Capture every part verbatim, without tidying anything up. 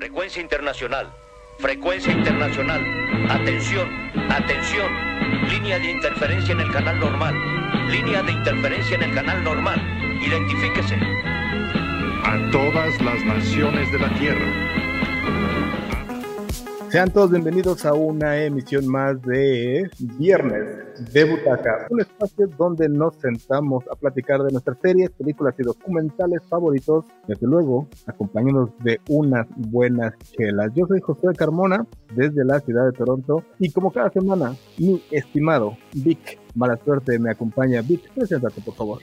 Frecuencia internacional. Frecuencia internacional. Atención, atención. Línea de interferencia en el canal normal. Línea de interferencia en el canal normal. Identifíquese. A todas las naciones de la Tierra. Sean todos bienvenidos a una emisión más de Viernes de Butaca, un espacio donde nos sentamos a platicar de nuestras series, películas y documentales favoritos, desde luego acompañados de unas buenas chelas. Yo soy José Carmona, desde la ciudad de Toronto, y como cada semana, mi estimado Vic Mala Suerte me acompaña. Vic, preséntate por favor.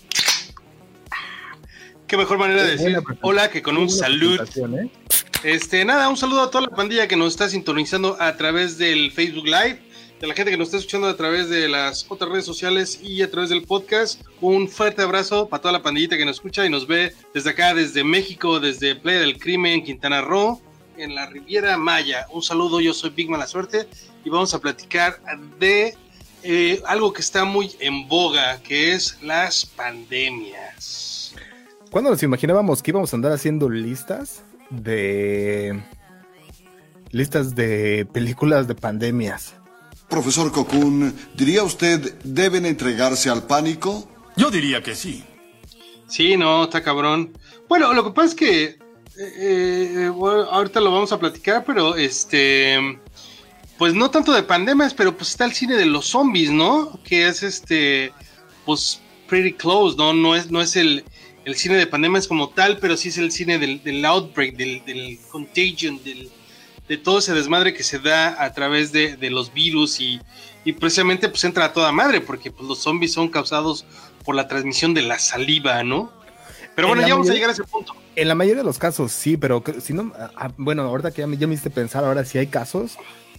Qué mejor manera de decir hola que con un salud. ¿eh? Este, nada, un saludo a toda la pandilla que nos está sintonizando a través del Facebook Live, de la gente que nos está escuchando a través de las otras redes sociales y a través del podcast. Un fuerte abrazo para toda la pandillita que nos escucha y nos ve desde acá, desde México, desde Playa del Crimen, Quintana Roo, en la Riviera Maya. Un saludo, yo soy Big Mala Suerte y vamos a platicar de eh, algo que está muy en boga, que es las pandemias. ¿Cuándo nos imaginábamos que íbamos a andar haciendo listas de listas de películas de pandemias? Profesor Cocoon, ¿diría usted deben entregarse al pánico? Yo diría que sí. Sí, no, está cabrón. Bueno, lo que pasa es que eh, eh, bueno, ahorita lo vamos a platicar, pero este pues no tanto de pandemias, pero pues está el cine de los zombies, ¿no? Que es este pues pretty close, ¿no? No es, no es el el cine de pandemias como tal, pero sí es el cine del, del outbreak, del, del contagion, del, de todo ese desmadre que se da a través de, de los virus y, y precisamente pues entra a toda madre, porque pues los zombies son causados por la transmisión de la saliva, ¿no? Pero bueno, ya vamos a llegar a ese punto. En la mayoría de los casos sí, pero si no, ah, bueno, ahorita que ya me, ya me hiciste pensar, ahora sí hay casos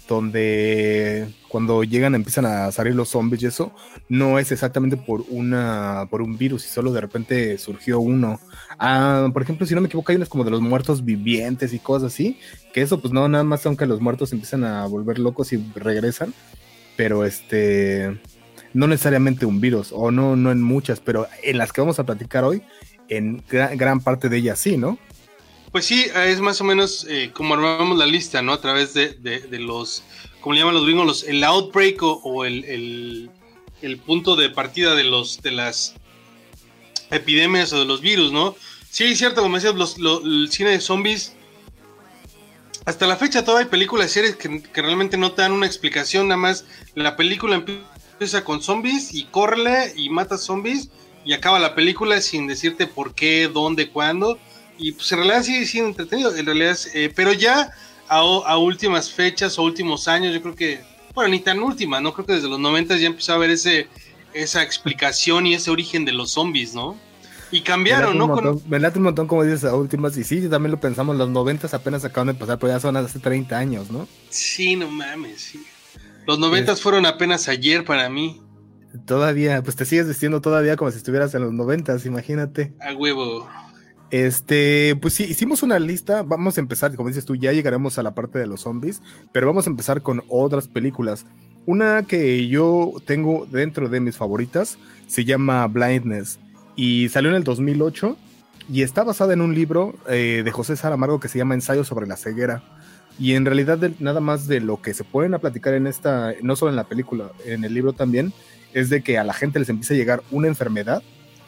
donde cuando llegan empiezan a salir los zombies y eso, no es exactamente por una por un virus y solo de repente surgió uno. Ah, por ejemplo, si no me equivoco, hay unos como de los muertos vivientes y cosas así, que eso pues no, nada más aunque los muertos empiezan a volver locos y regresan, pero este no necesariamente un virus, o no, no en muchas, pero en las que vamos a platicar hoy, en gran, gran parte de ellas sí, ¿no? Pues sí, es más o menos eh, como armamos la lista, ¿no? A través de, de, de los, como le llaman los gringos, los, el outbreak o, o el, el, el punto de partida de los de las epidemias o de los virus, ¿no? Sí, es cierto, como decías, los, los, el cine de zombies, hasta la fecha todavía hay películas y series que, que realmente no te dan una explicación, nada más la película empieza con zombies y córrele y mata zombies y acaba la película sin decirte por qué, dónde, cuándo. Y pues en realidad sí, sí, entretenido, en realidad es, eh, pero ya a, a últimas fechas o últimos años, yo creo que, bueno, ni tan última, ¿no? Creo que desde los noventas ya empezó a haber ese, esa explicación y ese origen de los zombies, ¿no? Y cambiaron, ¿no? Montón, Con... Me late un montón como dices a últimas, y sí, también lo pensamos, los noventas apenas acaban de pasar, pero ya son hace treinta años, ¿no? Sí, no mames, sí. Los noventas es... fueron apenas ayer para mí. Todavía, pues te sigues vistiendo todavía como si estuvieras en los noventas, imagínate. A huevo. Este, pues sí, hicimos una lista, vamos a empezar, como dices tú, ya llegaremos a la parte de los zombies, pero vamos a empezar con otras películas. Una que yo tengo dentro de mis favoritas se llama Blindness y salió en el dos mil ocho y está basada en un libro eh, de José Saramago que se llama Ensayo sobre la ceguera. Y en realidad de, nada más de lo que se pueden a platicar en esta, no solo en la película, en el libro también, es de que a la gente les empieza a llegar una enfermedad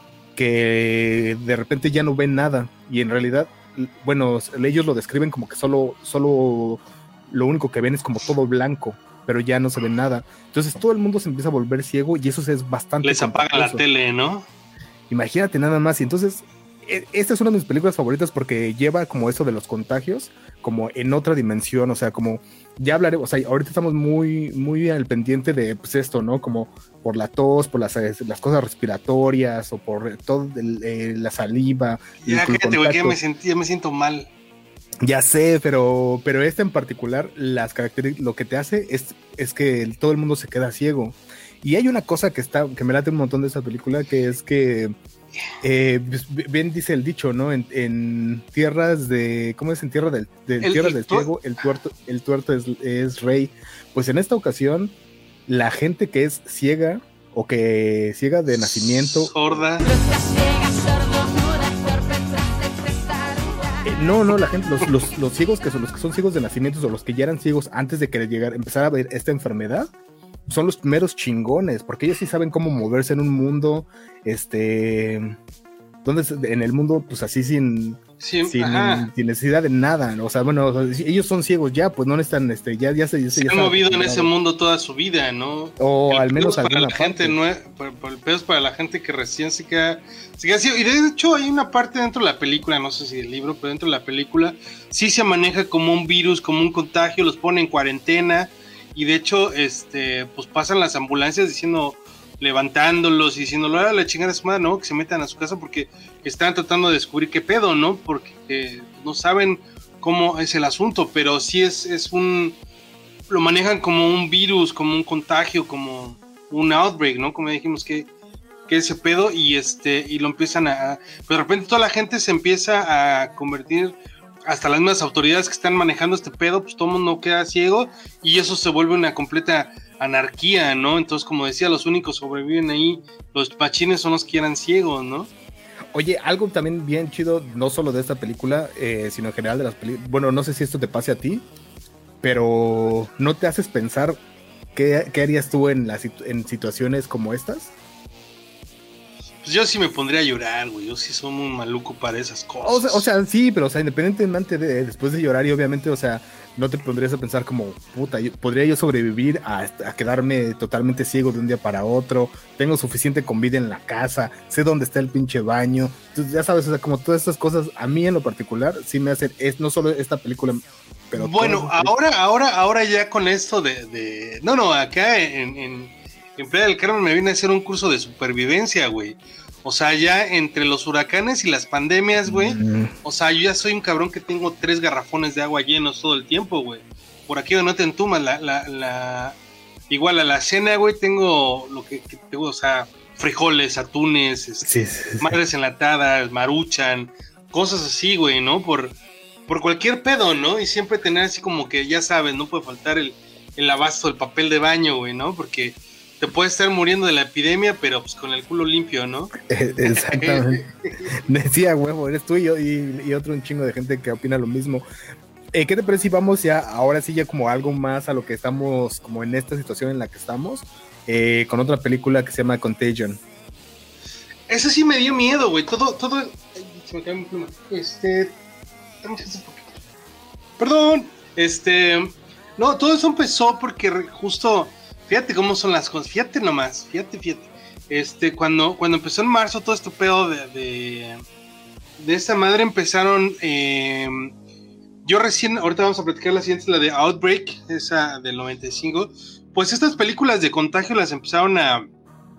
que de repente ya no ven nada y en realidad, bueno, ellos lo describen como que solo, solo lo único que ven es como todo blanco, pero ya no se ve nada. Entonces todo el mundo se empieza a volver ciego y eso es bastante les apaga la tele, ¿no? Imagínate nada más. Y entonces esta es una de mis películas favoritas porque lleva como eso de los contagios como en otra dimensión, o sea, como ya hablaré, o sea, ahorita estamos muy muy al pendiente de pues esto, ¿no? Como por la tos, por las, las cosas respiratorias o por todo el, eh, la saliva. Ya, fíjate, güey, que ya me, sentí, ya me siento mal. Ya sé, pero pero este en particular, las características, lo que te hace es, es que el, todo el mundo se queda ciego. Y hay una cosa que está que me late un montón de esa película, que es que eh, bien dice el dicho, ¿no? En, en tierras de, ¿cómo es? En tierra del, de, el, tierras del ciego, el tuerto, el tuerto es, es rey. Pues en esta ocasión, la gente que es ciega o que ciega de nacimiento, sorda, el No, no, la gente, los, los, los ciegos que son los que son ciegos de nacimiento o los que ya eran ciegos antes de que llegara, empezara a ver esta enfermedad, son los primeros chingones, porque ellos sí saben cómo moverse en un mundo, este, donde en el mundo, pues así sin, Sí, sin, ajá. sin necesidad de nada, ¿no? O sea, bueno, ellos son ciegos ya, pues no necesitan, este, ya, ya se, ya Se ya han movido en acostumbrados. ese mundo toda su vida, ¿no? O El al menos pedo es para alguna la gente parte. nue- por- por el pedo es para la gente que recién se queda, se queda ciego. Y de hecho hay una parte dentro de la película, no sé si del libro, pero dentro de la película sí se maneja como un virus, como un contagio, los pone en cuarentena y de hecho, este, pues pasan las ambulancias diciendo, levantándolos y diciéndolo a la chingada de su madre, ¿no? Que se metan a su casa porque están tratando de descubrir qué pedo, ¿no? Porque eh, no saben cómo es el asunto, pero sí es, es un, lo manejan como un virus, como un contagio, como un outbreak, ¿no? Como dijimos que, que ese pedo y este, y lo empiezan a, pero de repente toda la gente se empieza a convertir, hasta las mismas autoridades que están manejando este pedo, pues todo el mundo queda ciego y eso se vuelve una completa anarquía, ¿no? Entonces, como decía, los únicos sobreviven ahí, los pachines son los que eran ciegos, ¿no? Oye, algo también bien chido, no solo de esta película, eh, sino en general de las películas. Bueno, no sé si esto te pase a ti, pero ¿no te haces pensar qué, qué harías tú en, las, en situaciones como estas? Pues yo sí me pondría a llorar, güey. Yo sí soy muy maluco para esas cosas. O sea, o sea, sí, pero o sea, independientemente de después de llorar y obviamente, o sea, no te pondrías a pensar como, puta, yo- ¿podría yo sobrevivir a, a quedarme totalmente ciego de un día para otro? Tengo suficiente comida en la casa, sé dónde está el pinche baño. Entonces, ya sabes, o sea, como todas estas cosas, a mí en lo particular, sí me hacen, es no solo esta película, pero... Bueno, todas- ahora, ahora, ahora ya con esto de, de... No, no, acá en, en, en Playa del Carmen me vine a hacer un curso de supervivencia, güey. O sea, ya entre los huracanes y las pandemias, güey. Mm. O sea, yo ya soy un cabrón que tengo tres garrafones de agua llenos todo el tiempo, güey. Por aquí donde no te entumas, la, la, la... Igual a la cena, güey, tengo lo que, que tengo, o sea, frijoles, atunes, este, Sí, sí, sí. madres enlatadas, maruchan, cosas así, güey, ¿no? Por, por cualquier pedo, ¿no? Y siempre tener así como que, ya sabes, no puede faltar el, el abasto, el papel de baño, güey, ¿no? Porque te puedes estar muriendo de la epidemia, pero pues con el culo limpio, ¿no? Exactamente. Decía, huevo, eres tú y, yo, y, y otro un chingo de gente que opina lo mismo. Eh, ¿Qué te parece si vamos ya, ahora sí ya como algo más a lo que estamos, como en esta situación en la que estamos, eh, con otra película que se llama Contagion? Eso sí me dio miedo, güey. Todo, todo. Ay, se me cae mi pluma. Este. dame chance un poquito. Perdón. Este. No, todo eso empezó porque re- justo. Fíjate cómo son las cosas. Fíjate nomás. Fíjate, fíjate. Este, cuando, cuando empezó en marzo todo este pedo de. De, de esta madre empezaron. Eh, yo recién. Ahorita vamos a platicar la siguiente, la de Outbreak. Esa del noventa y cinco. Pues estas películas de contagio las empezaron a.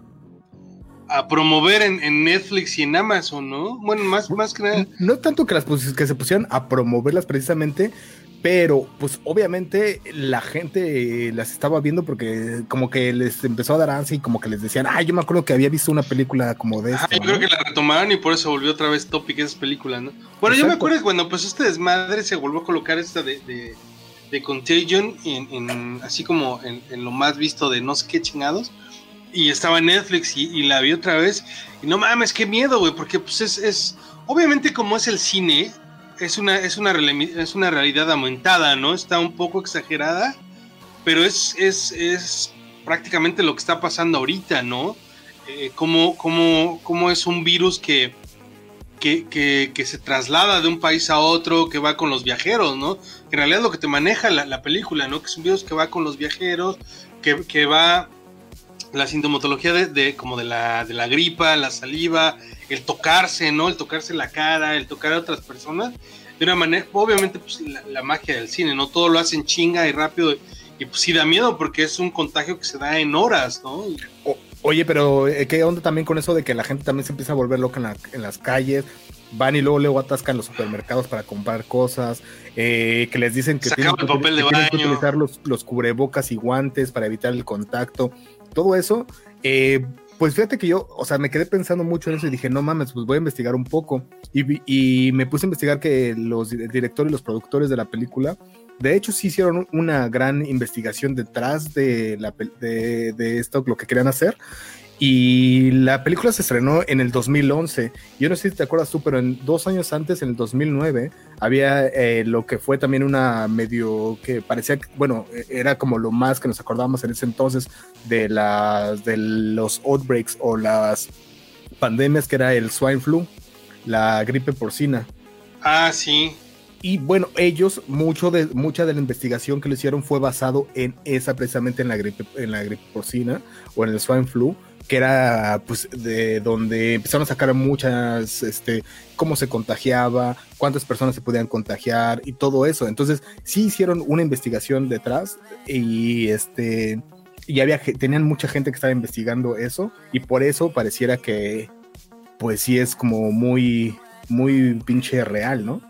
a promover en, en Netflix y en Amazon, ¿no? Bueno, más, más que nada. No tanto que las pus- que se pusieran a promoverlas precisamente, pero pues obviamente la gente eh, las estaba viendo porque como que les empezó a dar ansia y como que les decían, ah, yo me acuerdo que había visto una película como de Ajá, esta, yo creo ¿no? que la retomaron y por eso volvió otra vez topic esas películas, ¿no? Bueno, yo me Exacto. acuerdo que cuando empezó este desmadre se volvió a colocar esta de, de, de Contagion en, en, así como en, en lo más visto de no sé qué chingados. Y estaba en Netflix y, y la vi otra vez. Y no mames, qué miedo, güey, porque pues es, es... Obviamente como es el cine, es una, es una, rele- es una realidad aumentada, ¿no? Está un poco exagerada, pero es, es, es prácticamente lo que está pasando ahorita, ¿no? Eh, cómo, cómo, cómo es un virus que, que, que, que se traslada de un país a otro, que va con los viajeros, ¿no? Que en realidad es lo que te maneja la, la película, ¿no? Que es un virus que va con los viajeros, que, que va... La sintomatología de, de como de la, de la gripa, la saliva, el tocarse, ¿no? El tocarse la cara, el tocar a otras personas, de una manera, obviamente, pues la, la magia del cine, ¿no? Todo lo hacen chinga y rápido, y pues sí da miedo porque es un contagio que se da en horas, ¿no? Y, O- oye, pero eh, ¿qué onda también con eso de que la gente también se empieza a volver loca en, la- en las calles? Van y luego, luego atascan los supermercados para comprar cosas, eh, que les dicen que Sacan tienen, que, el papel de que tienen que baño. utilizar los, los cubrebocas y guantes para evitar el contacto. Todo eso, eh, pues fíjate que yo, o sea, me quedé pensando mucho en eso y dije, no mames, pues voy a investigar un poco. Y, vi- y me puse a investigar que los di- el director y los productores de la película, de hecho, sí hicieron una gran investigación detrás de, la, pel- de, de esto, lo que querían hacer. Y la película se estrenó en el dos mil once. Yo no sé si te acuerdas tú, pero en dos años antes, en el dos mil nueve, había eh, lo que fue también una medio que parecía, bueno, era como lo más que nos acordábamos en ese entonces de las de los outbreaks o las pandemias, que era el swine flu, la gripe porcina. Ah, sí. Y bueno, ellos, mucho de, mucha de la investigación que lo hicieron fue basado en esa, precisamente en la gripe, en la gripe porcina o en el swine flu, que era pues de donde empezaron a sacar muchas, este, cómo se contagiaba, cuántas personas se podían contagiar y todo eso. Entonces sí hicieron una investigación detrás y este y había, tenían mucha gente que estaba investigando eso, y por eso pareciera que pues sí es como muy, muy pinche real, ¿no?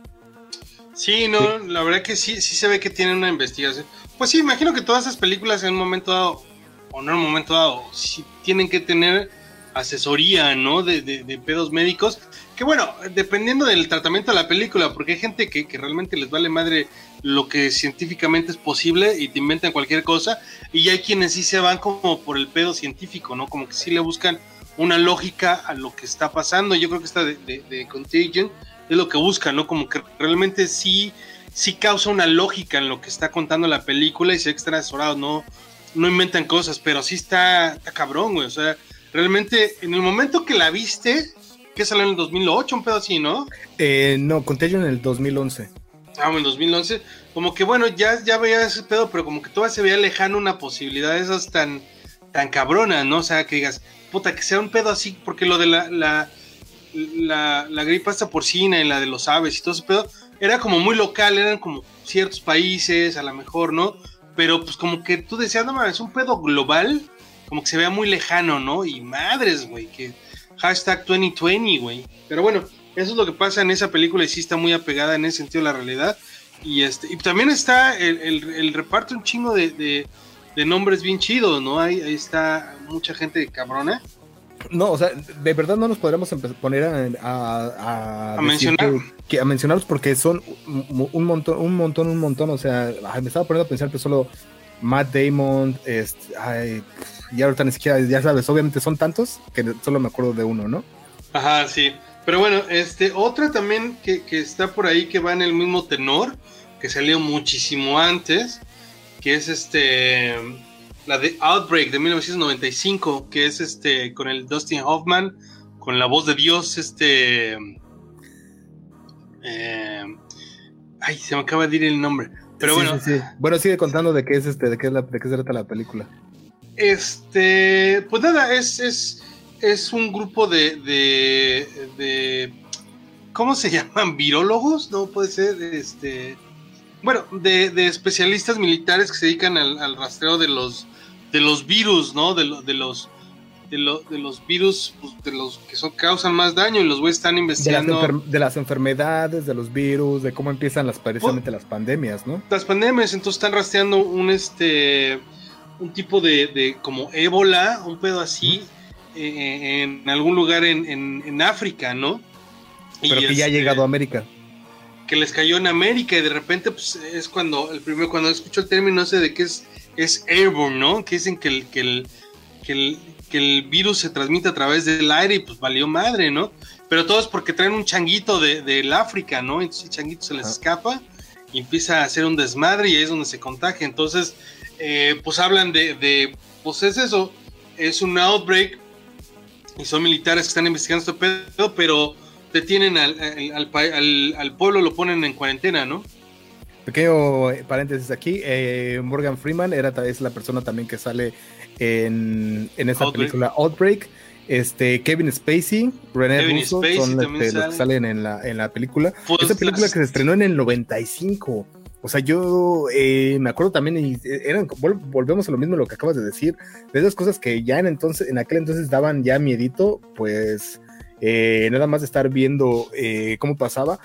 Sí, no, sí. La verdad que sí, sí se ve que tienen una investigación. Pues sí, imagino que todas esas películas en un momento dado, o no en un momento dado, sí tienen que tener asesoría, ¿no? De, de, de pedos médicos, que bueno, dependiendo del tratamiento de la película, porque hay gente que, que realmente les vale madre lo que científicamente es posible y te inventan cualquier cosa, y hay quienes sí se van como por el pedo científico, ¿no? Como que sí le buscan una lógica a lo que está pasando. Yo creo que esta de, de, de Contagion es lo que busca, ¿no? Como que realmente sí, sí causa una lógica en lo que está contando la película y se extra asesorado, no, no inventan cosas, pero sí está, está cabrón, güey. O sea, realmente en el momento que la viste, que salió en el dos mil ocho, un pedo así, ¿no? Eh, no, Contagion en el dos mil once. Ah, en el dos mil once, como que bueno, ya, ya veía ese pedo, pero como que todavía se veía lejano una posibilidad de esas tan, tan cabronas, ¿no? O sea, que digas, puta, que sea un pedo así, porque lo de la... la La, la gripe esta porcina y la de los aves y todo ese pedo era como muy local, eran como ciertos países a lo mejor, ¿no? Pero pues como que tú decías, no mames, es un pedo global, como que se vea muy lejano, ¿no? Y madres, güey, que hashtag veinte veinte, güey. Pero bueno, eso es lo que pasa en esa película y sí está muy apegada en ese sentido a la realidad. Y este y también está el, el, el reparto, un chingo de, de, de nombres bien chidos, ¿no? Ahí, ahí está mucha gente cabrona. No, o sea, de verdad no nos podremos poner a, a, a, a mencionar que, que, a mencionarlos porque son un montón, un montón, un montón. O sea, me estaba poniendo a pensar que solo Matt Damon, este, ay, y ahorita ni siquiera, ya sabes, obviamente son tantos que solo me acuerdo de uno, ¿no? Ajá, sí. Pero bueno, este, otra también que, que está por ahí que va en el mismo tenor, que salió muchísimo antes, que es este... la de Outbreak de mil novecientos noventa y cinco, que es este con el Dustin Hoffman, con la voz de Dios, este eh, ay, se me acaba de ir el nombre, pero sí, bueno, sí, sí. Bueno, sigue contando de qué es este, de qué es la, de qué se trata la película. Este, pues nada, es es es un grupo de de, de ¿cómo se llaman? ¿Virólogos? No puede ser, este, bueno, de, de especialistas militares que se dedican al, al rastreo de los de los virus, ¿no? De, lo, de los de, lo, de los virus, pues, de los que son, causan más daño, y los güeyes están investigando de las, enfer- de las enfermedades, de los virus, de cómo empiezan las precisamente pues, las pandemias, ¿no? Las pandemias, entonces están rastreando un este un tipo de, de como ébola, un pedo así, ¿Mm? eh, en algún lugar en, en, en África, ¿no? Pero y que este, ya ha llegado a América. Que les cayó en América, y de repente pues es cuando el primero cuando escucho el término ese de que es es airborne, ¿no? Que dicen que el que el que el que el virus se transmite a través del aire, y pues valió madre, ¿no? Pero todo es porque traen un changuito de del África, ¿no? Entonces el changuito se les ah. escapa y empieza a hacer un desmadre, y ahí es donde se contagia. Entonces eh, pues hablan de, de pues es eso, es un outbreak y son militares que están investigando este pedo, pero detienen al, al, al, al, al pueblo, lo ponen en cuarentena, ¿no? Pequeño paréntesis aquí, eh, Morgan Freeman era, es la persona también que sale en, en esta Outbreak. película Outbreak. Este, Kevin Spacey, René Kevin Russo Spacey son este, sale. los que salen en la, en la película. Pues esta película las... que se estrenó en el noventa y cinco. O sea, yo eh, me acuerdo también, y eran, vol- volvemos a lo mismo lo que acabas de decir, de esas cosas que ya en entonces, en aquel entonces daban ya miedito, pues eh, nada más de estar viendo eh, cómo pasaba.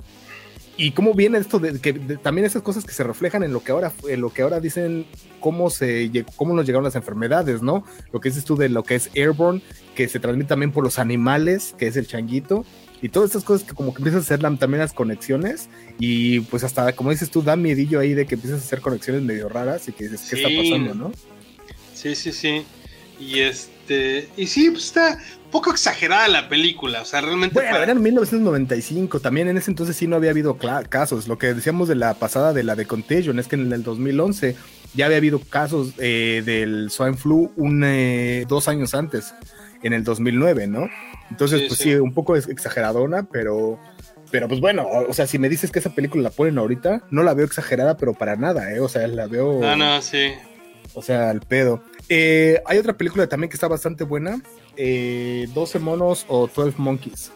Y cómo viene esto de que de, también esas cosas que se reflejan en lo que ahora en lo que ahora dicen cómo se cómo nos llegaron las enfermedades, ¿no? Lo que dices tú de lo que es airborne, que se transmite también por los animales, que es el changuito, y todas estas cosas que como que empiezas a hacer la, también las conexiones, y pues hasta como dices tú da miedillo ahí de que empiezas a hacer conexiones medio raras y que dices, ¿qué sí. está pasando, no? Sí, sí, sí. Y este, y sí, pues está un poco exagerada la película, o sea, realmente. Bueno, para... era en mil novecientos noventa y cinco, también en ese entonces sí no había habido casos. Lo que decíamos de la pasada de la de Contagion es que en el dos mil once ya había habido casos eh, del swine flu un, eh, dos años antes, en el dos mil nueve, ¿no? Entonces, sí, pues sí. sí, un poco exageradona, pero, pero pues bueno, o sea, si me dices que esa película la ponen ahorita, no la veo exagerada, pero para nada, ¿eh? O sea, la veo... Ah, no, sí. O sea, al pedo. Eh, hay otra película también que está bastante buena, eh, doce monos o twelve Monkeys.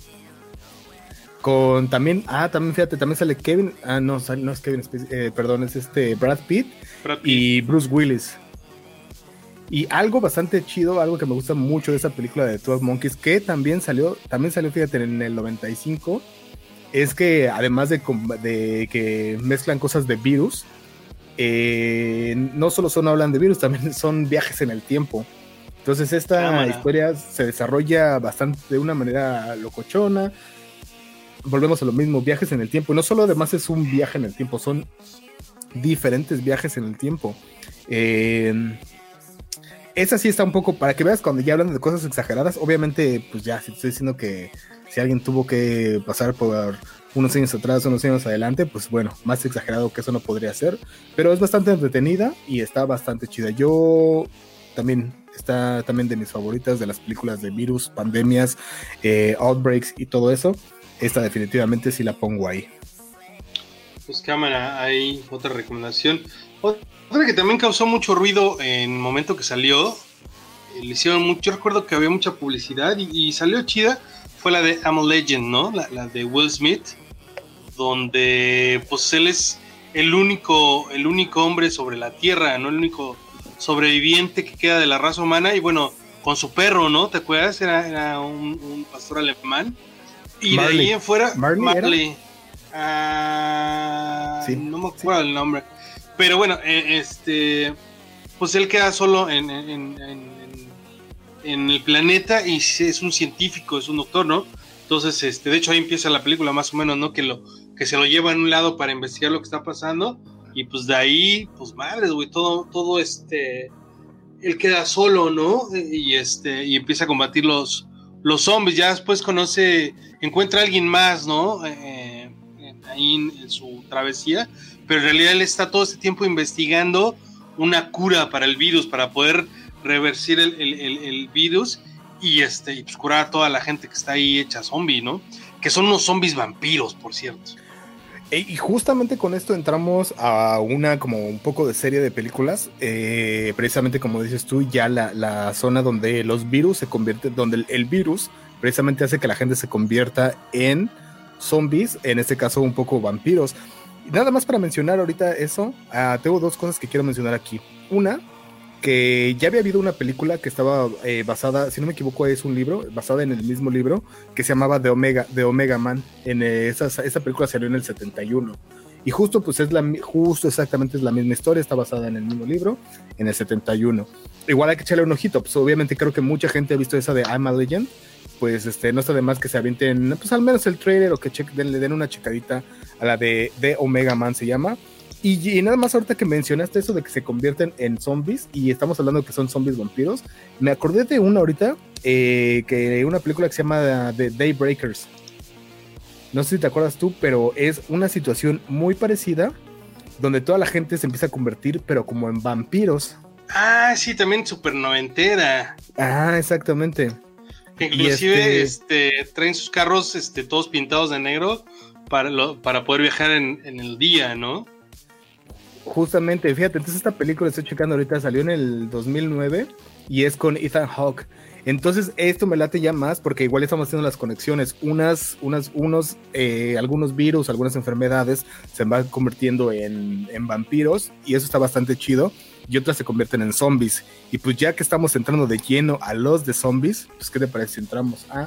Con también, ah, también fíjate, también sale Kevin, ah, no, no es Kevin, eh, perdón, es este Brad Pitt, Brad Pitt y Bruce Willis. Y algo bastante chido, algo que me gusta mucho de esa película de twelve Monkeys, que también salió, también salió, fíjate, en el noventa y cinco, es que además de, de que mezclan cosas de virus, eh, no solo son hablan de virus, también son viajes en el tiempo. Entonces esta Cámara. historia se desarrolla bastante de una manera locochona. Volvemos a lo mismo, viajes en el tiempo. Y no solo además es un viaje en el tiempo, son diferentes viajes en el tiempo. Eh, esa sí está un poco, para que veas cuando ya hablan de cosas exageradas, obviamente, pues ya, si estoy diciendo que si alguien tuvo que pasar por unos años atrás, unos años adelante, pues bueno, más exagerado que eso no podría ser, pero es bastante entretenida y está bastante chida. Yo también, está también de mis favoritas de las películas de virus, pandemias, eh, outbreaks y todo eso. Esta definitivamente sí la pongo ahí. Pues cámara, hay otra recomendación. Otra que también causó mucho ruido en el momento que salió, le hicieron mucho, yo recuerdo que había mucha publicidad y, y salió chida, fue la de I'm a Legend, ¿no? La, la de Will Smith, donde pues él es el único, el único hombre sobre la tierra, ¿no? El único sobreviviente que queda de la raza humana, y bueno, con su perro, ¿no? ¿Te acuerdas? Era, era un, un pastor alemán. Y Marley. De ahí en fuera, Marley. Marley uh, sí, no me acuerdo sí. el nombre. Pero bueno, eh, este, pues él queda solo en, en, en, en, en el planeta y es un científico, es un doctor, ¿no? Entonces, este, de hecho ahí empieza la película más o menos, ¿no? Que lo que se lo lleva en un lado para investigar lo que está pasando y pues de ahí, pues madres, güey, todo, todo este, él queda solo, ¿no? Y este, y empieza a combatir los, los zombies. Ya después conoce, encuentra a alguien más, ¿no? Eh, ahí en, en su travesía. Pero en realidad él está todo este tiempo investigando una cura para el virus, para poder reversir el, el, el, el virus y, este, y pues curar a toda la gente que está ahí hecha zombie, ¿no? Que son unos zombies vampiros, por cierto. Y justamente con esto entramos a una como un poco de serie de películas, eh, precisamente como dices tú, ya la, la zona donde los virus se convierten, donde el, el virus precisamente hace que la gente se convierta en zombies, en este caso un poco vampiros. Nada más para mencionar ahorita eso, uh, tengo dos cosas que quiero mencionar aquí. Una, que ya había habido una película que estaba eh, basada, si no me equivoco es un libro, basada en el mismo libro, que se llamaba The Omega, The Omega Man. En, eh, esa, esa película salió en el setenta y uno. Y justo, pues es la, justo exactamente es la misma historia, está basada en el mismo libro, en el setenta y uno. Igual hay que echarle un ojito, pues obviamente creo que mucha gente ha visto esa de I'm a Legend, pues este, no está de más que se avienten, pues al menos el trailer o que check, den, le den una checadita a la de, de Omega Man se llama. Y, y nada más ahorita que mencionaste eso de que se convierten en zombies y estamos hablando que son zombies vampiros, me acordé de una ahorita, eh, que una película que se llama The Daybreakers. No sé si te acuerdas tú, pero es una situación muy parecida donde toda la gente se empieza a convertir, pero como en vampiros. Ah, sí, también súper noventera. Ah, exactamente. Que inclusive este... este, traen sus carros este, todos pintados de negro para, lo, para poder viajar en, en el día, ¿no? Justamente, fíjate, entonces esta película estoy checando ahorita, salió en el dos mil nueve y es con Ethan Hawke. Entonces esto me late ya más porque igual estamos haciendo las conexiones, unas, unas, unos, eh, algunos virus, algunas enfermedades se van convirtiendo en, en vampiros y eso está bastante chido, y otras se convierten en zombies. Y pues ya que estamos entrando de lleno a los de zombies, pues ¿qué te parece si entramos a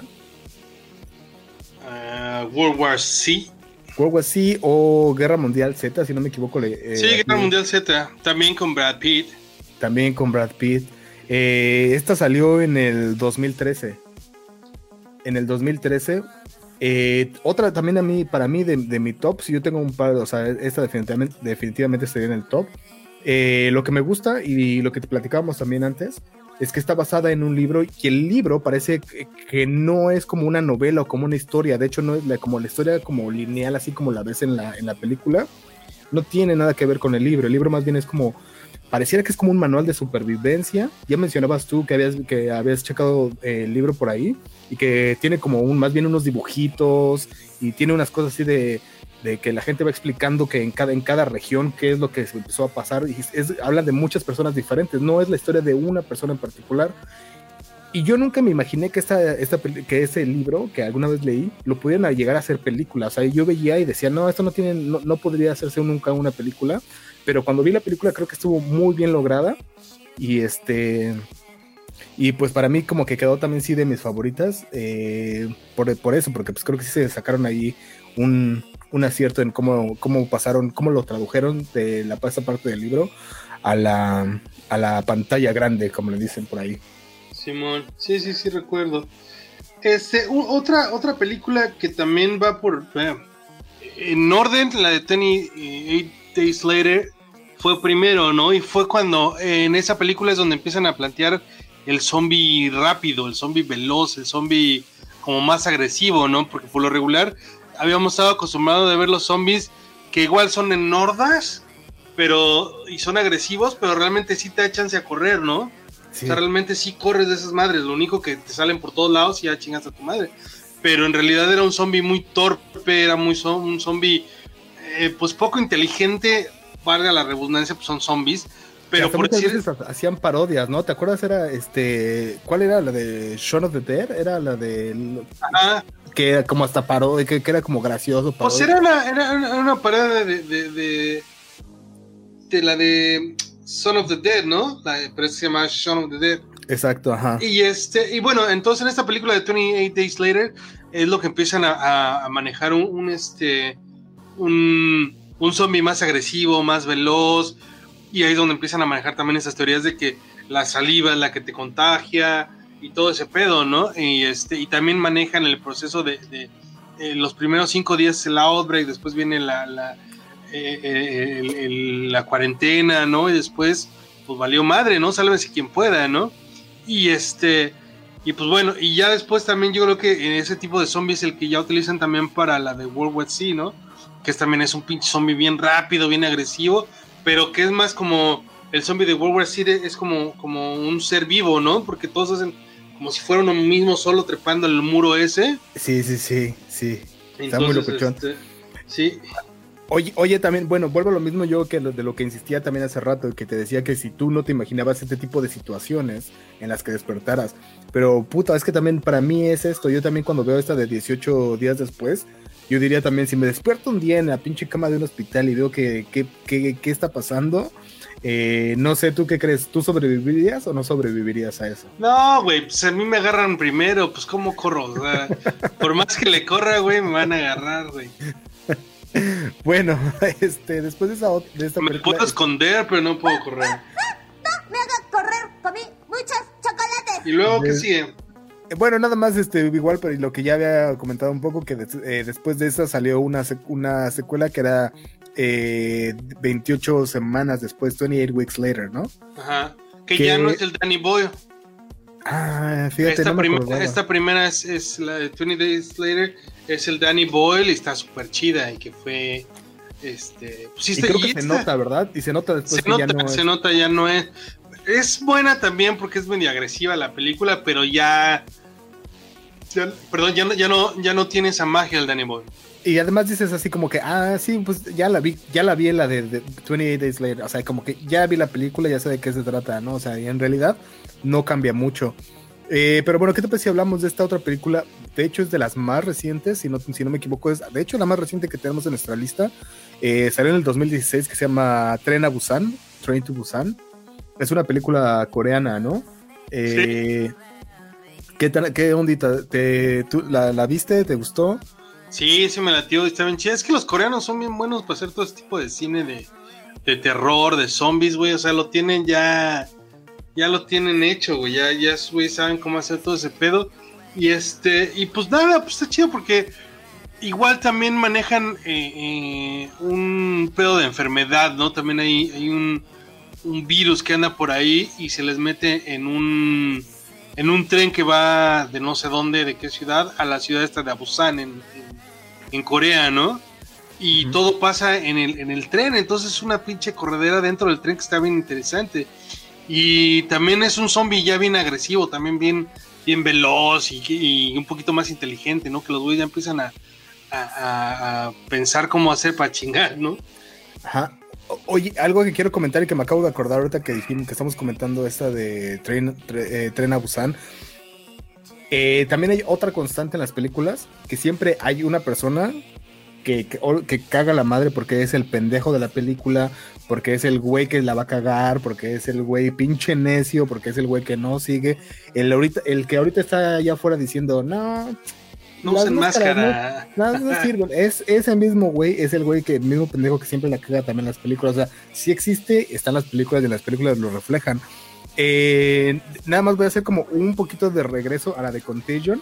uh, World War Z? World War Z o Guerra Mundial Z, si no me equivoco. Eh, sí, Guerra Mundial Z, también con Brad Pitt. También con Brad Pitt. Eh, esta salió en el dos mil trece. En el dos mil trece. Eh, otra también a mí, para mí, de, de mi top, si yo tengo un par, o sea, esta definitivamente, definitivamente estaría en el top. Eh, lo que me gusta y lo que te platicábamos también antes, es que está basada en un libro y el libro parece que, que no es como una novela o como una historia, de hecho no es la, como la historia como lineal, así como la ves en la, en la película, no tiene nada que ver con el libro, el libro más bien es como, pareciera que es como un manual de supervivencia. Ya mencionabas tú que habías, que habías checado el libro por ahí y que tiene como un, más bien unos dibujitos y tiene unas cosas así de de que la gente va explicando que en cada, en cada región qué es lo que se empezó a pasar, y es, habla de muchas personas diferentes, no es la historia de una persona en particular, y yo nunca me imaginé que, esta, esta, que ese libro, que alguna vez leí, lo pudieran llegar a hacer película. O sea, yo veía y decía, no, esto no tiene, no, no podría hacerse nunca una película, pero cuando vi la película creo que estuvo muy bien lograda, y este... Y pues para mí como que quedó también sí de mis favoritas, eh, por, por eso, porque pues creo que sí se sacaron ahí un, un acierto en cómo, cómo pasaron, cómo lo tradujeron de la esta parte del libro a la, a la pantalla grande, como le dicen por ahí. Simón, sí, sí, sí recuerdo. Este, u- otra, otra película que también va por eh, en orden, la de twenty-eight Days Later fue primero, ¿no? Y fue cuando eh, en esa película es donde empiezan a plantear el zombie rápido, el zombie veloz, el zombie como más agresivo, ¿no? Porque por lo regular habíamos estado acostumbrados de ver los zombies que igual son en hordas, pero y son agresivos, pero realmente sí te da chance a correr, ¿no? Sí. O sea, realmente sí corres de esas madres, lo único que te salen por todos lados y ya chingas a tu madre. Pero en realidad era un zombie muy torpe, era muy zo- un zombie eh, pues poco inteligente, valga la redundancia, pues son zombies. Pero por muchas decir... veces hacían parodias, ¿no? ¿Te acuerdas? Era este, ¿cuál era la de Shaun of the Dead? Era la de Ajá. Que era como hasta parodia, que, que era como gracioso. Parodia. Pues era una, era una, una parodia de, de, de, de la de Son of the Dead, ¿no? La, pero se llama Shaun of the Dead. Exacto, ajá. Y este, y bueno, entonces en esta película de twenty-eight Days Later es lo que empiezan a, a, a manejar un, un este un, un zombie más agresivo, más veloz. Y ahí es donde empiezan a manejar también esas teorías de que la saliva es la que te contagia y todo ese pedo, ¿no? Y este y también manejan el proceso de, de eh, los primeros cinco días el outbreak, después viene la la, eh, el, el, la cuarentena, ¿no? Y después pues valió madre, ¿no? Sálvense quien pueda, ¿no? Y este y pues bueno, y ya después también yo creo que ese tipo de zombie es el que ya utilizan también para la de World War Z, ¿no? Que es, también es un pinche zombie bien rápido, bien agresivo, pero que es más como el zombie de World War Z es como, como un ser vivo, ¿no? Porque todos hacen como si fuera uno mismo solo trepando el muro ese. Sí, sí, sí, sí. Entonces, está muy locuchón. Este, sí. Oye, oye, también, bueno, vuelvo a lo mismo yo que lo, de lo que insistía también hace rato, que te decía que si tú no te imaginabas este tipo de situaciones en las que despertaras, pero puta, es que también para mí es esto, yo también cuando veo esta de dieciocho días después, yo diría también, si me despierto un día en la pinche cama de un hospital y veo que, que, que, que está pasando, eh, no sé, ¿tú qué crees? ¿Tú sobrevivirías o no sobrevivirías a eso? No, güey, pues a mí me agarran primero, pues ¿cómo corro? O sea, por más que le corra, güey, me van a agarrar, güey. Bueno, este, después de, esa, de esta me película... puedo esconder, pero no puedo correr. No, me haga correr, comí muchos chocolates. ¿Y luego qué sigue? Bueno, nada más este igual, pero lo que ya había comentado un poco, que des, eh, después de esa salió una, una secuela que era eh, veintiocho semanas después, twenty-eight weeks later, ¿no? Ajá, que, que... ya no es el Danny Boyle. Ah, fíjate, esta, no prim me esta primera es, es la de twenty Days Later, es el Danny Boyle y está súper chida y que fue... Este, pues, y está, creo y que esta, se nota, ¿verdad? Y se nota después se que nota, ya no se es... nota, ya no es... Es buena también porque es medio agresiva la película, pero ya... ya perdón, ya no, ya, no, ya no tiene esa magia el Danny Boyle. Y además dices así como que, ah, sí, pues ya la vi, ya la vi en la de, de twenty-eight Days Later, o sea, como que ya vi la película, ya sé de qué se trata, ¿no? O sea, y en realidad no cambia mucho. Eh, pero bueno, ¿qué te parece si hablamos de esta otra película? De hecho es de las más recientes, si no, si no me equivoco, es de hecho la más reciente que tenemos en nuestra lista. Eh, salió en el dos mil dieciséis, que se llama Tren a Busan, Train to Busan. Es una película coreana, ¿no? Eh, sí. ¿Qué, qué ondita? ¿Te, tú, la, ¿La viste? ¿Te gustó? Sí, sí me latió, está bien chida. Es que los coreanos son bien buenos para hacer todo este tipo de cine de, de terror, de zombies, güey. O sea, lo tienen ya... Ya lo tienen hecho, güey. Ya, ya, güey, saben cómo hacer todo ese pedo. Y este... Y pues nada, pues está chido porque... Igual también manejan eh, eh, un pedo de enfermedad, ¿no? También hay, hay un... un virus que anda por ahí y se les mete en un en un tren que va de no sé dónde, de qué ciudad, a la ciudad esta de Busan en, en, en Corea, ¿no? Y uh-huh. todo pasa en el, en el tren, entonces es una pinche corredera dentro del tren que está bien interesante. Y también es un zombie ya bien agresivo, también bien, bien veloz y, y un poquito más inteligente, ¿no? Que los güeyes ya empiezan a, a, a, a pensar cómo hacer para chingar, ¿no? Ajá. Oye, algo que quiero comentar y que me acabo de acordar ahorita que dijimos que estamos comentando esta de Tren, tre, eh, Tren a Busan. Eh, también hay otra constante en las películas, que siempre hay una persona que, que, que caga la madre porque es el pendejo de la película, porque es el güey que la va a cagar, porque es el güey pinche necio, porque es el güey que no sigue. El, ahorita, el que ahorita está allá afuera diciendo, no... No usen máscara. No, no, no sirven. Es ese mismo güey, es el güey que el mismo pendejo que siempre la caga también en las películas. O sea, sí existe, están las películas y las películas lo reflejan. Eh, nada más voy a hacer como un poquito de regreso a la de Contagion.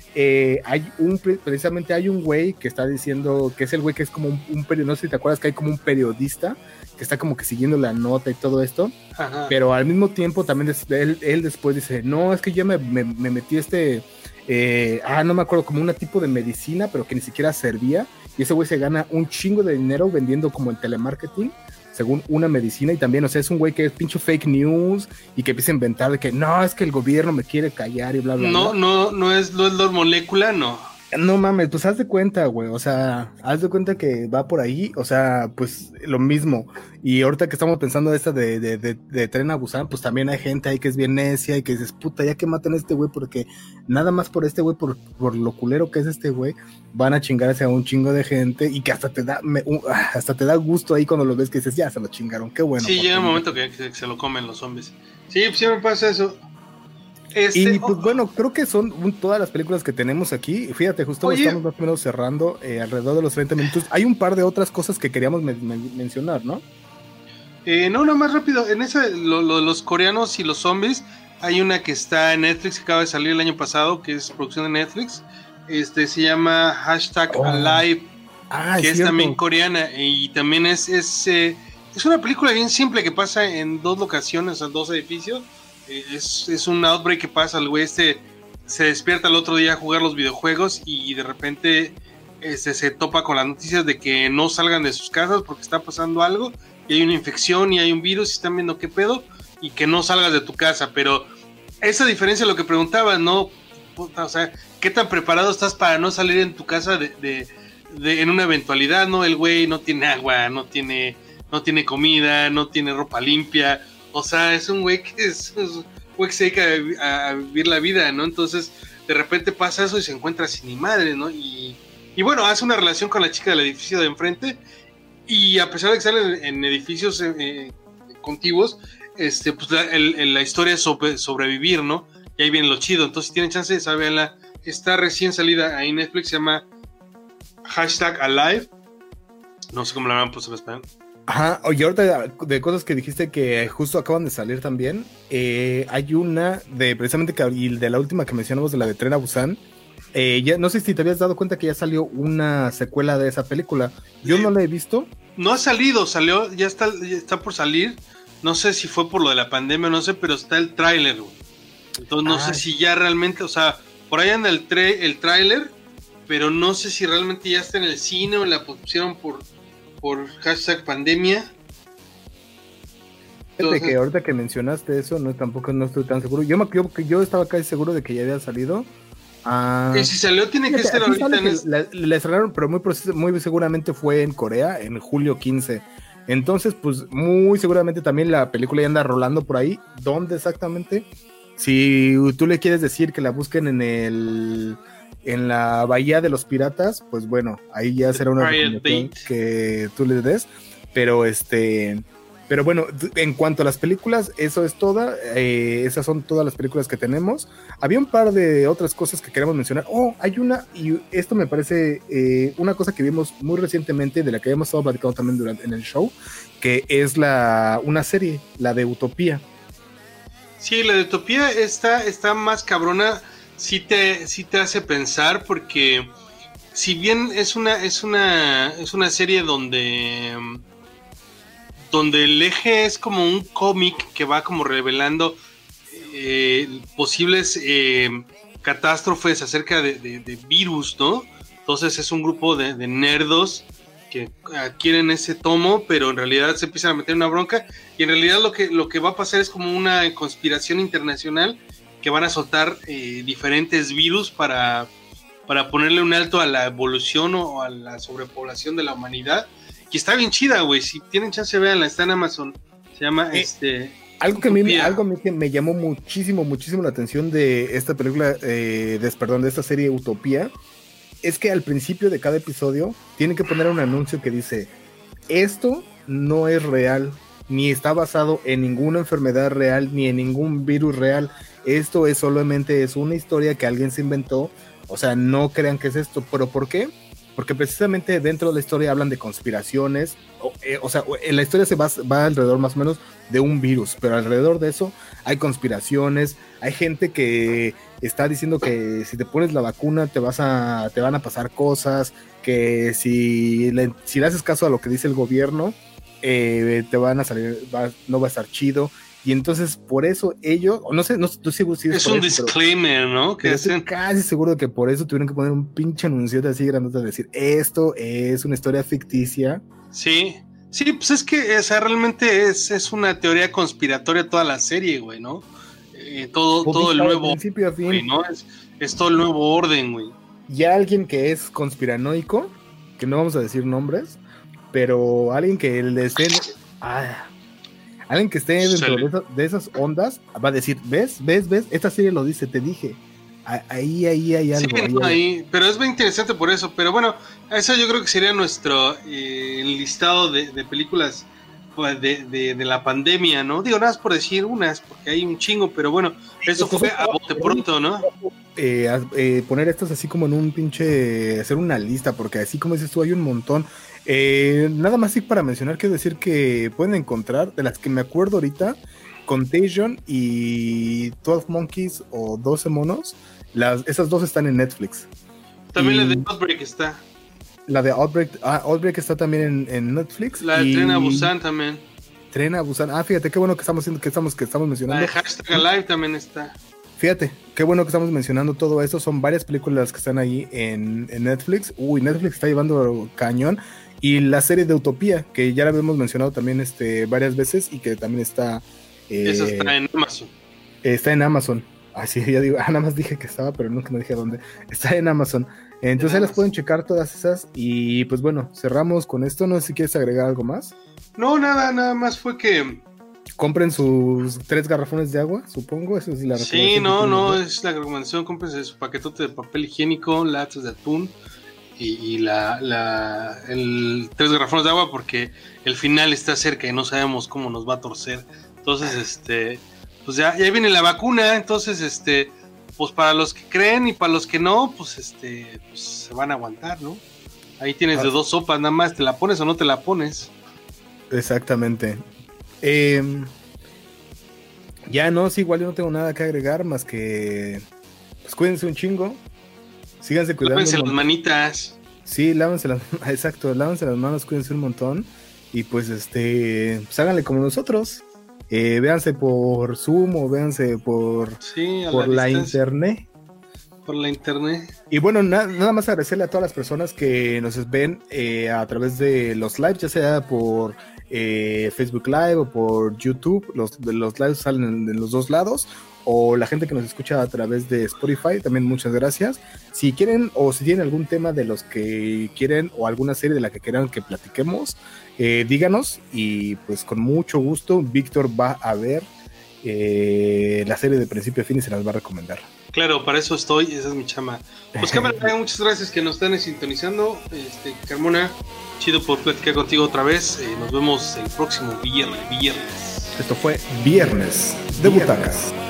Eh, hay un, precisamente hay un güey que está diciendo que es el güey que es como un, un periodista, no sé si te acuerdas que hay como un periodista que está como que siguiendo la nota y todo esto. Ajá. Pero al mismo tiempo también él, él después dice, no, es que yo me, me, me metí este... Eh, ah, no me acuerdo, como un tipo de medicina, pero que ni siquiera servía, y ese güey se gana un chingo de dinero vendiendo como el telemarketing, según una medicina, y también, o sea, es un güey que es pinche fake news, y que empieza a inventar de que, no, es que el gobierno me quiere callar, y bla, bla, no, bla. No, no es, no es la molécula, no. No mames, pues haz de cuenta, güey, o sea, haz de cuenta que va por ahí, o sea, pues lo mismo. Y ahorita que estamos pensando esta de, de, de, de Tren a Busan, pues también hay gente ahí que es bien necia y que dices, puta, ya que matan a este güey, porque nada más por este güey, por, por lo culero que es este güey, van a chingarse a un chingo de gente y que hasta te da me, uh, hasta te da gusto ahí cuando lo ves que dices, ya se lo chingaron, qué bueno. Sí, llega un momento que, que se lo comen los zombies. Sí, pues siempre pasa eso. Este, y pues oh, bueno, creo que son un, todas las películas que tenemos aquí. Fíjate, justo oye, estamos más o menos cerrando eh, alrededor de los treinta minutos. Hay un par de otras cosas que queríamos me, me, mencionar, ¿no? Eh, no, no, más rápido. En ese, lo, lo, los coreanos y los zombies, hay una que está en Netflix, que acaba de salir el año pasado, que es producción de Netflix. Este se llama Hashtag oh. Alive, ah, que es, es también coreana. Y también es, es, eh, es una película bien simple que pasa en dos locaciones, en dos edificios. Es, es un outbreak que pasa, el güey este se despierta el otro día a jugar los videojuegos y de repente este, se topa con las noticias de que no salgan de sus casas porque está pasando algo y hay una infección y hay un virus y están viendo qué pedo y que no salgas de tu casa, pero esa diferencia es lo que preguntabas, ¿no? Puta, o sea, ¿qué tan preparado estás para no salir en tu casa de, de, de, en una eventualidad, ¿no? El güey no tiene agua, no tiene, no tiene comida, no tiene ropa limpia. O sea, es un güey que es, es un güey que se dedica a, a vivir la vida, ¿no? Entonces, de repente pasa eso y se encuentra sin ni madre, ¿no? Y, y bueno, hace una relación con la chica del edificio de enfrente y a pesar de que salen en edificios eh, contiguos, este, pues la, el, el, la historia es sobre, sobrevivir, ¿no? Y ahí viene lo chido. Entonces, si tienen chance de saberla, está recién salida ahí en Netflix, se llama Hashtag Alive. No sé cómo la habrán puesto en español. Ajá, oye, ahorita de cosas que dijiste que justo acaban de salir también, eh, hay una de precisamente que, y de la última que mencionamos, de la de Tren a Busan, eh, ya, no sé si te habías dado cuenta que ya salió una secuela de esa película, yo eh, no la he visto. No ha salido, salió, ya está, ya está por salir, no sé si fue por lo de la pandemia, no sé, pero está el tráiler, güey. Entonces no Ay. sé si ya realmente, o sea, por ahí anda el, tre- el tráiler, pero no sé si realmente ya está en el cine o la pusieron por... por hashtag pandemia. Fíjate que ahorita que mencionaste eso, no tampoco no estoy tan seguro. Yo me yo, yo estaba casi seguro de que ya había salido. Ah, y si salió tiene fíjate, que ser ahorita en el... la, la estrenaron, pero muy, muy seguramente fue en Corea en julio quince. Entonces, pues muy seguramente también la película ya anda rolando por ahí. ¿Dónde exactamente? Si tú le quieres decir que la busquen en el en la Bahía de los Piratas, pues bueno, ahí ya será una recomendación que tú le des, pero este, pero bueno, en cuanto a las películas, eso es toda, eh, esas son todas las películas que tenemos. Había un par de otras cosas que queremos mencionar. Oh, hay una, y esto me parece eh, una cosa que vimos muy recientemente, de la que hemos estado platicando también durante en el show, que es la una serie, la de Utopía. Sí, la de Utopía está, está más cabrona. Sí te, sí te hace pensar, porque si bien es una, es una, es una serie donde, donde el eje es como un cómic que va como revelando eh, posibles eh, catástrofes acerca de, de, de virus, ¿no? Entonces es un grupo de, de nerdos que adquieren ese tomo, pero en realidad se empiezan a meter en una bronca, y en realidad lo que, lo que va a pasar es como una conspiración internacional que van a soltar eh, diferentes virus para, para ponerle un alto a la evolución o a la sobrepoblación de la humanidad, que está bien chida, güey. Si tienen chance, véanla, está en Amazon. Se llama eh, este. Algo que, a mí, algo a mí que me llamó muchísimo, muchísimo la atención de esta película, eh, de, perdón, de esta serie Utopía, es que al principio de cada episodio tienen que poner un anuncio que dice: esto no es real, ni está basado en ninguna enfermedad real, ni en ningún virus real. Esto es solamente es una historia que alguien se inventó. O sea, no crean que es esto. ¿Pero por qué? Porque precisamente dentro de la historia hablan de conspiraciones, o, eh, o sea, en la historia se va, va alrededor más o menos de un virus, pero alrededor de eso hay conspiraciones, hay gente que está diciendo que si te pones la vacuna te vas a, te van a pasar cosas, que si le, si le haces caso a lo que dice el gobierno, eh, te van a salir, va, no va a estar chido. Y entonces por eso ellos, no sé, no estoy seguro si es, es un eso, disclaimer, pero, ¿no? Que estoy casi seguro de que por eso tuvieron que poner un pinche anuncio así grandote de decir: esto es una historia ficticia. Sí, sí, pues es que, o sea, realmente es, es una teoría conspiratoria toda la serie, güey, ¿no? Eh, todo, todo el nuevo principio a fin, güey, ¿no? Es, es todo el nuevo orden, güey. Y alguien que es conspiranoico, que no vamos a decir nombres, pero alguien que le esté... Ah, alguien que esté dentro de, esa, de esas ondas va a decir: ves, ves, ves, esta serie lo dice, te dije, ahí, ahí hay algo. Sí, ahí, no, hay... ahí, pero es muy interesante por eso. Pero bueno, eso yo creo que sería nuestro eh, listado de, de películas pues, de, de, de la pandemia, ¿no? Digo, nada más por decir unas, porque hay un chingo, pero bueno, eso fue a bote pronto, ¿no? Eh, eh, poner estas así como en un pinche, hacer una lista, porque así como dices tú, hay un montón. Eh, nada más sí para mencionar, quiero decir que pueden encontrar, de las que me acuerdo ahorita, Contagion y twelve Monkeys o doce monos, las, esas dos están en Netflix. También y la de Outbreak está. La de Outbreak, ah, Outbreak está también en, en Netflix. La de y... Tren a Busan también. Tren a Busan, ah, fíjate, qué bueno que estamos haciendo, que estamos, que estamos mencionando. La de Hashtag Alive también está. Fíjate, qué bueno que estamos mencionando todo esto. Son varias películas que están ahí en, en Netflix. Uy, Netflix está llevando cañón. Y la serie de Utopía, que ya la habíamos mencionado también este, varias veces y que también está... Eh, Esa está en Amazon. Está en Amazon. Así, ya digo, ah, nada más dije que estaba, pero nunca me dije dónde. Está en Amazon. Entonces ahí las pueden checar todas esas. Y pues bueno, cerramos con esto. No sé si quieres agregar algo más. No, nada, nada más fue que... Compren sus tres garrafones de agua, supongo. Eso es la recomendación. Sí, no, no, es la recomendación. Compren su paquetote de papel higiénico, latas de atún y, y la, la el tres garrafones de agua, porque el final está cerca y no sabemos cómo nos va a torcer. Entonces, este, pues ya, ya viene la vacuna. Entonces, este, pues para los que creen y para los que no, pues este, pues se van a aguantar, ¿no? Ahí tienes de dos sopas, nada más, ¿te la pones o no te la pones? Exactamente. Eh, ya no, sí, igual yo no tengo nada que agregar más que pues cuídense un chingo, síganse cuidando. Lávense las manitas. Sí, lávense las, exacto, lávense las manos, cuídense un montón y pues este, pues háganle como nosotros, eh, véanse por Zoom o véanse por, sí, por la, la internet. Por la internet. Y bueno, na- nada más agradecerle a todas las personas que nos ven eh, a través de los lives, ya sea por eh, Facebook Live o por YouTube. Los, los lives salen en, en los dos lados. O la gente que nos escucha a través de Spotify, también muchas gracias. Si quieren o si tienen algún tema de los que quieren o alguna serie de la que quieran que platiquemos, eh, díganos y pues con mucho gusto Víctor va a ver eh, la serie de principio a fin y se las va a recomendar. Claro, para eso estoy, esa es mi chama. Pues cámara, muchas gracias que nos están sintonizando. Este, Carmona, chido por platicar contigo otra vez. Eh, nos vemos el próximo viernes. viernes. Esto fue Viernes de Butacas.